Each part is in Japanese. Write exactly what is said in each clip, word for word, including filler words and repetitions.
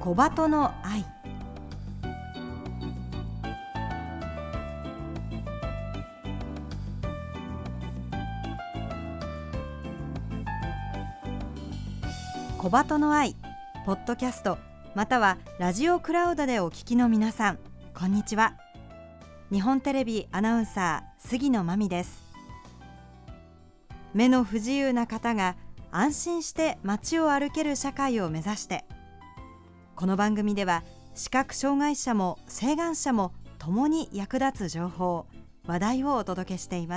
小鳩の愛。小鳩の愛ポッドキャストまたはラジオクラウドでお聞きの皆さん、こんにちは。日本テレビアナウンサー杉野真美です。目の不自由な方が安心して街を歩ける社会を目指して、この番組では視覚障害者も晴眼者も共に役立つ情報、話題をお届けしています。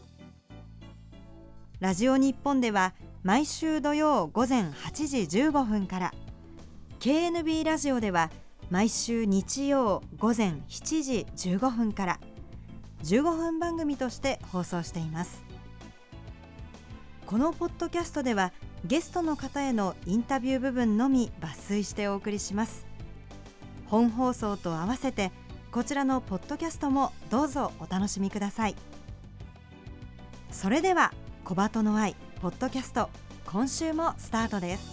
ラジオ日本では毎週土曜午前はちじじゅうごふんから、 ケーエヌビー ラジオでは毎週日曜午前しちじじゅうごふんからじゅうごふん番組として放送しています。このポッドキャストではゲストの方へのインタビュー部分のみ抜粋してお送りします。本放送と合わせてこちらのポッドキャストもどうぞお楽しみください。それでは小鳩の愛ポッドキャスト、今週もスタートです。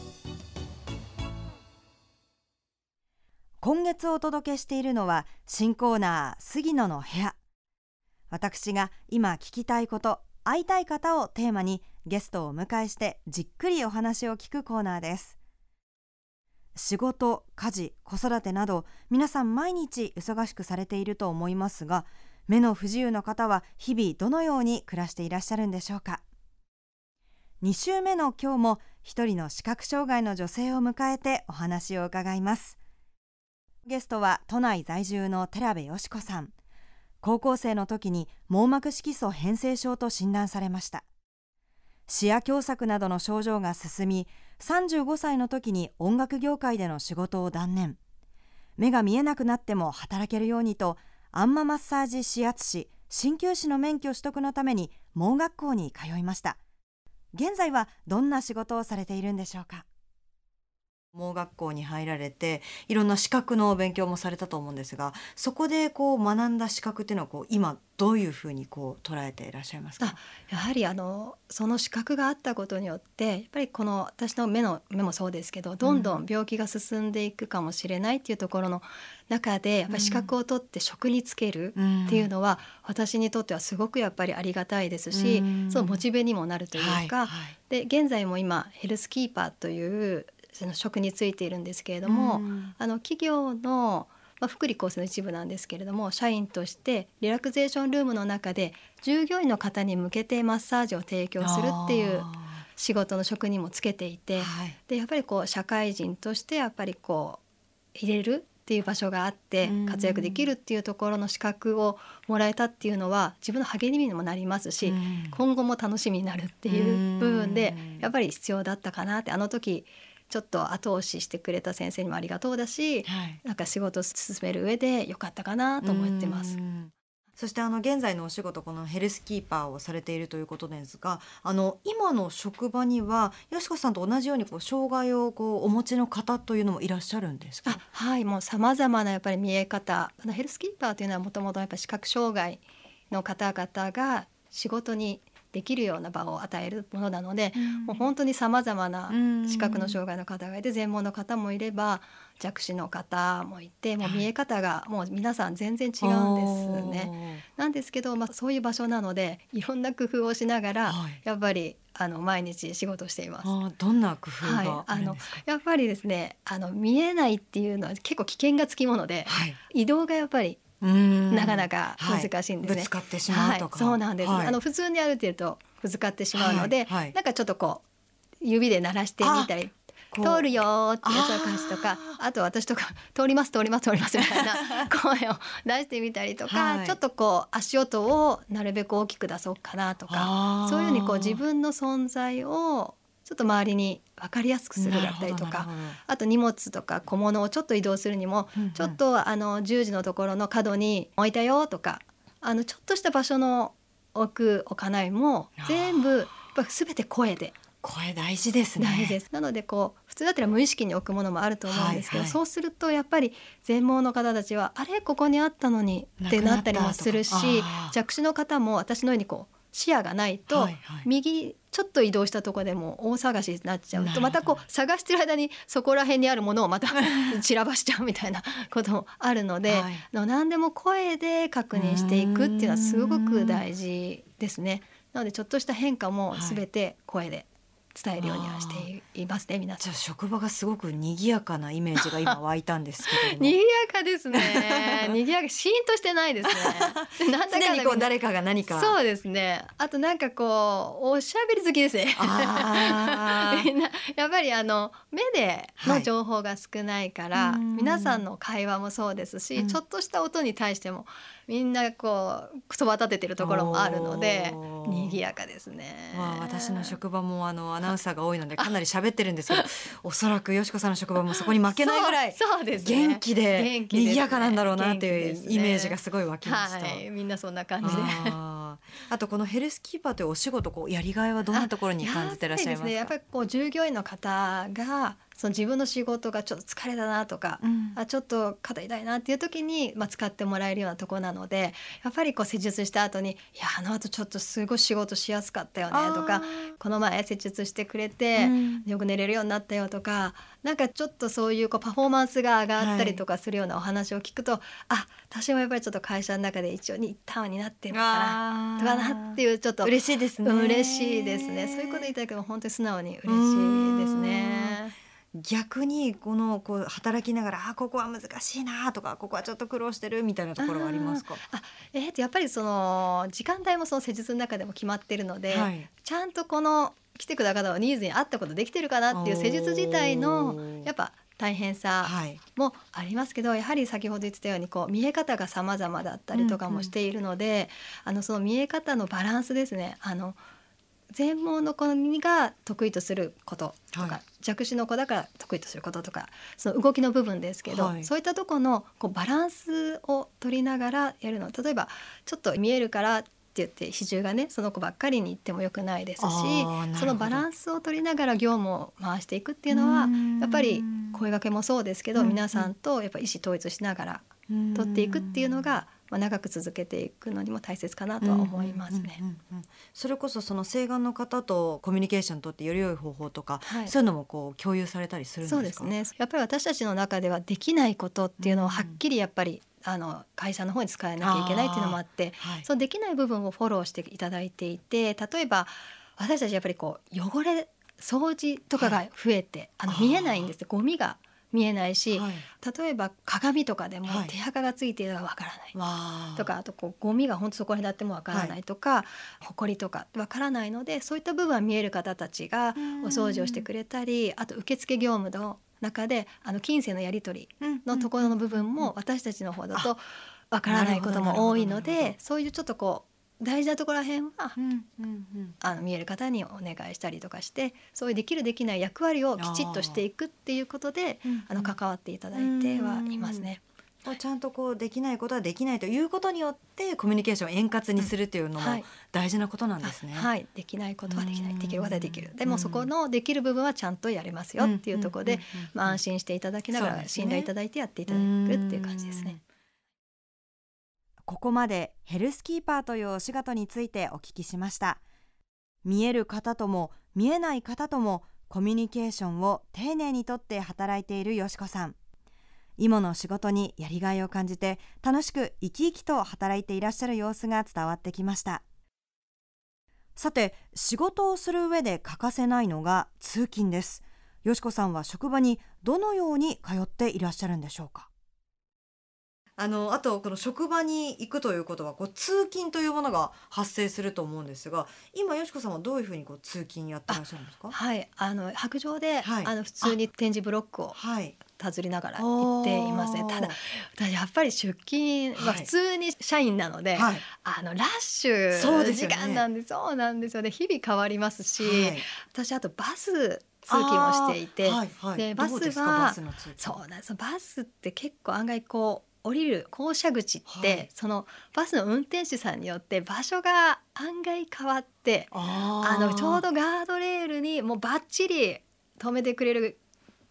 今月お届けしているのは新コーナー杉野の部屋。私が今聞きたいこと、会いたい方をテーマにゲストをお迎えしてじっくりお話を聞くコーナーです。仕事、家事、子育てなど皆さん毎日忙しくされていると思いますが、目の不自由な方は日々どのように暮らしていらっしゃるんでしょうか。に週目の今日も一人の視覚障害の女性を迎えてお話を伺います。ゲストは都内在住の寺部よし子さん。高校生の時に網膜色素変性症と診断されました。視野狭窄などの症状が進み、さんじゅうごさいの時に音楽業界での仕事を断念。目が見えなくなっても働けるようにと、アンママッサージ指圧師、鍼灸師の免許取得のために盲学校に通いました。現在はどんな仕事をされているんでしょうか。盲学校に入られていろんな資格の勉強もされたと思うんですが、そこでこう学んだ資格っていうのはこう今どういうふうにこう捉えていらっしゃいますか。 あやはりあのその資格があったことによってやっぱりこの私の目の目もそうですけど、どんどん病気が進んでいくかもしれないっていうところの中で、やっぱり資格を取って職に就けるっていうのは、私にとってはすごくやっぱりありがたいですし、そのモチベにもなるというか、はいはい、で現在も今ヘルスキーパーというその職に就いているんですけれども、あの企業の、まあ、福利厚生の一部なんですけれども、社員としてリラクゼーションルームの中で従業員の方に向けてマッサージを提供するっていう仕事の職にもつけていて、はい、でやっぱりこう社会人としてやっぱりこう入れるっていう場所があって活躍できるっていうところの資格をもらえたっていうのは自分の励みにもなりますし、今後も楽しみになるっていう部分でやっぱり必要だったかなって、あの時ちょっと後押ししてくれた先生にもありがとうだし、はい、なんか仕事を進める上で良かったかなと思ってます。 そしてあの現在のお仕事、このヘルスキーパーをされているということですが、あの今の職場にはよしこさんと同じようにこう障害をこうお持ちの方というのもいらっしゃるんですか。 あはい、もう様々なやっぱり見え方、あのヘルスキーパーというのはもともとやっぱり視覚障害の方々が仕事にできるような場を与えるものなので、うん、もう本当にさまざまな視覚の障害の方がいて、全盲の方もいれば弱視の方もいて、もう見え方がもう皆さん全然違うんですね。なんですけど、まあ、そういう場所なのでいろんな工夫をしながら、はい、やっぱりあの毎日仕事しています。 あどんな工夫があるんですか。はい、あのやっぱりですね、あの見えないっていうのは結構危険がつきもので、はい、移動がやっぱりなかなか難しいんですね。はい、 ぶつかってしまうとか、 はい、そうなんです、はい、あの普通に歩いてるとぶつかってしまうので、はいはい、なんかちょっとこう指で鳴らしてみたり、通るよっていう感じとか、 あ, あと私とか通ります通ります通りますみたいな声を出してみたりとか、はい、ちょっとこう足音をなるべく大きく出そうかなとか、そういうふうにこう自分の存在をちょっと周りに分かりやすくするだったりとか、あと荷物とか小物をちょっと移動するにも、うんうん、ちょっとあの十字のところの角に置いたよとか、あのちょっとした場所の置く置かないも全部やっぱ全て声で。 声大事ですね。 大事です。なのでこう普通だったら無意識に置くものもあると思うんですけど、はいはい、そうするとやっぱり全盲の方たちはあれここにあったのにってなったりもするし、弱視の方も私のようにこう視野がないと、 はいはい、 右ちょっと移動したところでも大探しになっちゃうと、またこう探してる間にそこら辺にあるものをまた散らばしちゃうみたいなこともあるので、はい、の何でも声で確認していくっていうのはすごく大事ですね。なのでちょっとした変化も全て声で伝えるようにはしていますね、皆さん。 じゃあ職場がすごく賑やかなイメージが今湧いたんですけれども賑やかですね賑やか、シーンとしてないですねなんだか常にこう誰かが何か、 そうですね、あとなんかこうおしゃべり好きですねあみんなやっぱりあの目での情報が少ないから、はい、皆さんの会話もそうですし、うん、ちょっとした音に対してもみんなこうそば立ててるところもあるので賑やかですね。 まあ、私の職場もあのアナウンサーが多いのでかなり喋ってるんですけどおそらくよしこさんの職場もそこに負けないぐらいそうそうですね、 元気で賑やかなんだろうなっていうイメージがすごい湧きました、 はい、みんなそんな感じでああとこのヘルスキーパーというお仕事、こうやりがいはどんなところに感じてらっしゃいますか？ やっぱりこう従業員の方がその自分の仕事がちょっと疲れたなとか、うん、あちょっと肩痛いなっていう時に、まあ、使ってもらえるようなところなので、やっぱりこう施術した後にいやあの後ちょっとすごい仕事しやすかったよねとか、この前施術してくれて、うん、よく寝れるようになったよとか、なんかちょっとそういうこうパフォーマンスが上がったりとかするようなお話を聞くと、はい、あ私もやっぱりちょっと会社の中で一応に一旦になってるのかなとかなっていう、ちょっと嬉しいですね。 嬉しいですね。そういうこと言いたいけど本当に素直に嬉しいですね。 逆にこのこう働きながらあここは難しいなとかここはちょっと苦労してるみたいなところはありますか？ あ、えー、とやっぱりその時間帯もその施術の中でも決まってるので、はい、ちゃんとこの来てくださる方のニーズに合ったことできてるかなっていう施術自体のやっぱ大変さもありますけど、はい、やはり先ほど言ってたようにこう見え方が様々だったりとかもしているので、うんうん、あのその見え方のバランスですね。あの全盲の子が得意とすることとか、はい、弱視の子だから得意とすることとか、その動きの部分ですけど、はい、そういったところのこうバランスを取りながらやるの。例えばちょっと見えるからって言って比重がねその子ばっかりに行ってもよくないですし、そのバランスを取りながら業務を回していくっていうのはやっぱり声掛けもそうですけど、皆さんとやっぱ意思統一しながら取っていくっていうのがまあ、長く続けていくのにも大切かなとは思いますね。 うんうんうんうん、それこそその請願の方とコミュニケーションを取ってより良い方法とか、はい、そういうのもこう共有されたりするんですか？ そうですね。やっぱり私たちの中ではできないことっていうのをはっきりやっぱり、うん、あの会社の方に使えなきゃいけないっていうのもあって、はい、そのできない部分をフォローしていただいていて、例えば私たちやっぱりこう汚れ掃除とかが増えて、はい、あの見えないんですよ。ゴミが見えないし、はい、例えば鏡とかでも手垢がついているのがわからない、はい、とか、あとこうゴミが本当そこにだってもわからないとか、はい、埃とかわからないので、そういった部分は見える方たちがお掃除をしてくれたり、あと受付業務の中であの金銭のやり取りのところの部分も私たちの方だとわからないことも多いので、そういうちょっとこう大事なところら辺は、うんうんうん、あの見える方にお願いしたりとかして、そういうできるできない役割をきちっとしていくっていうことで、あの関わっていただいてはいますね。 うんうん、ちゃんとこうできないことはできないということによってコミュニケーションを円滑にするっていうのも大事なことなんですね。 はい、はい、できないことはできない、できることはできる、でもそこのできる部分はちゃんとやれますよっていうところで、まあ、安心していただきながら信頼いただいてやっていただくっていう感じですね。 ここまでヘルスキーパーというお仕事についてお聞きしました。見える方とも見えない方ともコミュニケーションを丁寧にとって働いているよしこさん。今の仕事にやりがいを感じて楽しく生き生きと働いていらっしゃる様子が伝わってきました。さて、仕事をする上で欠かせないのが通勤です。よしこさんは職場にどのように通っていらっしゃるんでしょうか？あのあとこの職場に行くということはこう通勤というものが発生すると思うんですが、今よしこさんはどういうふうにこう通勤やってらっしゃるんですか？ はい、あの白状で、はい、あの普通に点字ブロックをたずりながら行っていますね。ただ私やっぱり出勤は普通に社員なので、はい、あのラッシュ時間なんで、そうなんですよね。日々変わりますし、はい、私あとバス通勤もしていて、はいはい、でバスはそうなんです。バスって結構案外こう降りる降車口って、はい、そのバスの運転手さんによって場所が案外変わって、あのちょうどガードレールにもうバッチリ止めてくれる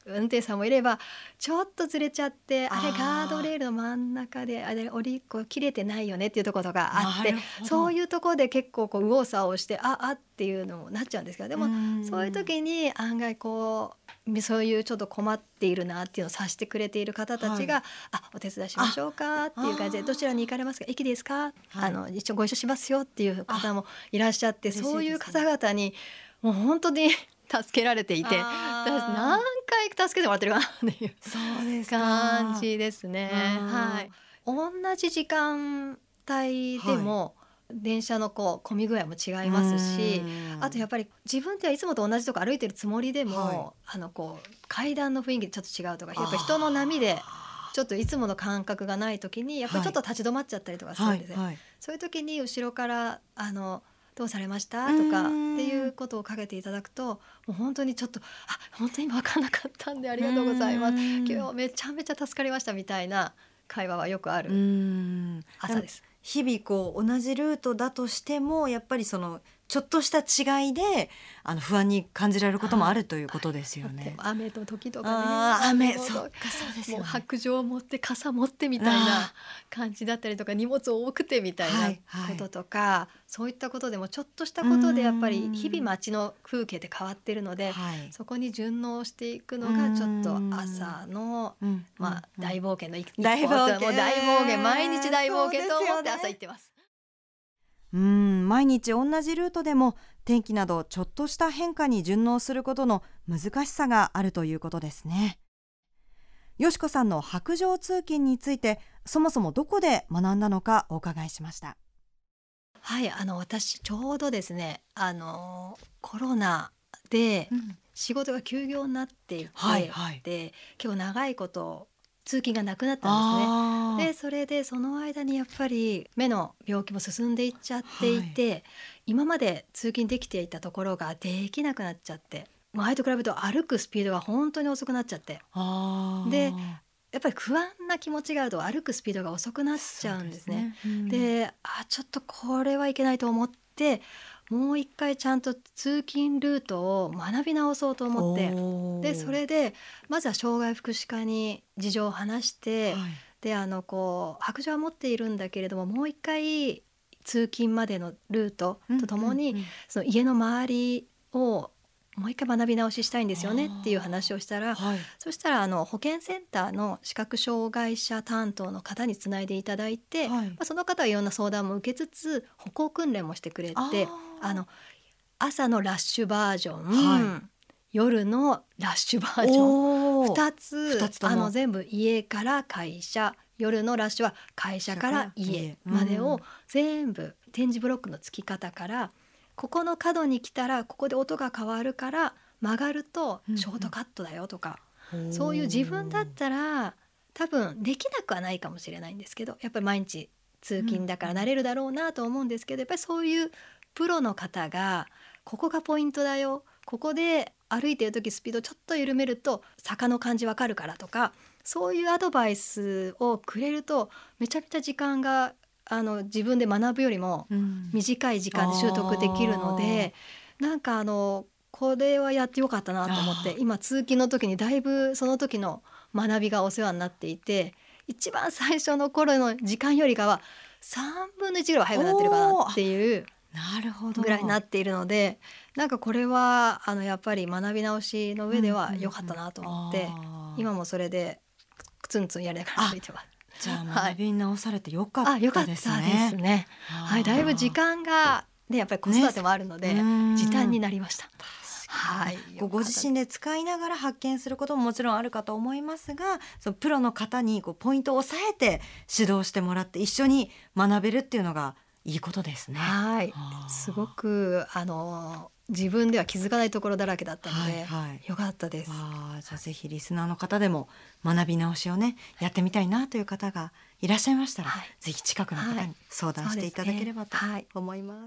運転手さんもいればちょっとずれちゃってあれあーガードレールの真ん中であれ折りこう切れてないよねっていうところがあってなるほどそういうところで結構こう右往左往してああっていうのもなっちゃうんですけどでもんそういう時に案外こうそういうちょっと困っているなっていうのを察してくれている方たちが、 はあお手伝いしましょうかっていう感じであーどちらに行かれますか駅ですか、 はいあの一緒ご一緒しますよっていう方もいらっしゃって嬉しいですねそういう方々にもう本当に助けられていてあー私何回助けてもらってるかなっていうそうですか感じですね。 あーはい、同じ時間帯でも、電車のこう混み具合も違いますしあとやっぱり自分ではいつもと同じとこ歩いてるつもりでも、 はいあのこう階段の雰囲気ちょっと違うとかやっぱり人の波でちょっといつもの感覚がない時にやっぱりちょっと立ち止まっちゃったりとかするんですね。 はいはいそういう時に後ろからあのどうされましたうんとかっていうことをかけていただくともう本当にちょっとあ本当に今分からなかったんでありがとうございますうん今日めちゃめちゃ助かりましたみたいな会話はよくあうるん朝です。 日々こう同じルートだとしてもやっぱりそのちょっとした違いであの不安に感じられることもあるということですよね。 雨の時とかあーねの雨そっかそうですよね。 もう白杖を持って傘持ってみたいな感じだったりとか荷物を多くてみたいはないはいこととか、そういったことでもちょっとしたことでやっぱりうん日々街の風景って変わってるので、 はいそこに順応していくのがちょっと朝のうんまあうん大冒険の一歩大冒険もう大冒険毎日大冒険と思って朝行ってます。 うん毎日同じルートでも天気などちょっとした変化に順応することの難しさがあるということですね。よしこさんの白杖通勤についてそもそもどこで学んだのかお伺いしました。 はいあの私ちょうどですねあのコロナで仕事が休業になっていて、 はいはいで結構長いこと通勤がなくなったんですね。 あーでそれでその間にやっぱり目の病気も進んでいっちゃっていて、今まで通勤できていたところができなくなっちゃって前と比べると歩くスピードが本当に遅くなっちゃってあーでやっぱり不安な気持ちがあると歩くスピードが遅くなっちゃうんですね。 そうですね。 であちょっとこれはいけないと思ってもう一回ちゃんと通勤ルートを学び直そうと思っておーでそれでまずは障害福祉課に事情を話して、 はいであのこう白杖は持っているんだけれどももう一回通勤までのルートとともに、 うんうんうんその家の周りをもう一回学び直ししたいんですよねっていう話をしたらはいそしたらあの保健センターの視覚障害者担当の方につないでいただいて、 はいまあ、その方はいろんな相談も受けつつ歩行訓練もしてくれてあーあの朝のラッシュバージョン、 は夜のラッシュバージョンおーふたつ二つともあの全部家から会社夜のラッシュは会社から家までを全部点字ブロックの付き方からここの角に来たらここで音が変わるから曲がるとショートカットだよとか、そういう自分だったら多分できなくはないかもしれないんですけどやっぱり毎日通勤だから慣れるだろうなと思うんですけどやっぱりそういうプロの方がここがポイントだよここで歩いてる時スピードちょっと緩めると坂の感じわかるからとかそういうアドバイスをくれるとめちゃくちゃ時間があの自分で学ぶよりもうん短い時間で習得できるのでなんかあのこれはやってよかったなと思って今通勤の時にだいぶその時の学びがお世話になっていて一番最初の頃の時間よりかはさんぶんのいちぐらいは早くなってるかなっていうなるほどぐらいになっているのでなんかこれはあのやっぱり学び直しの上では良かったなと思って、 うんうんうんあー今もそれでツンツンやりながら歩いてます。 じゃあはい学び直されてよかっあ、よかったでたですね。 すね。はい、だいぶ時間がでやっぱり子育てもあるので、 ね時短になりました。 はい、 はいこうご自身で使いながら発見することももちろんあるかと思いますがそのプロの方にこうポイントを押さえて指導してもらって一緒に学べるっていうのがいいことですね。 はいあーすごくあの自分では気づかないところだらけだったので、 はいはいよかったです。 あーじゃあぜひリスナーの方でも学び直しをねやってみたいなという方がいらっしゃいましたら、 はいぜひ近くの方に相談していただければとそうですねはい思います。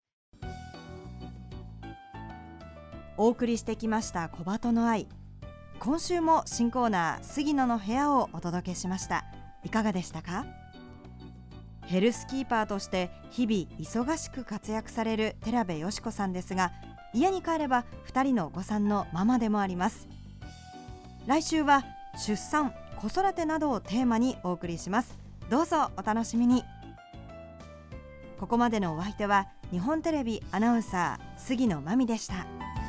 お送りしてきました小鳩の愛。今週も新コーナー杉野の部屋をお届けしました。いかがでしたか？ヘルスキーパーとして日々忙しく活躍される寺部よし子さんですが、家に帰ればふたりのお子さんのママでもあります。 来週は出産、子育てなどをテーマにお送りします。どうぞお楽しみに。ここまでのお相手は日本テレビアナウンサー杉野真美でした。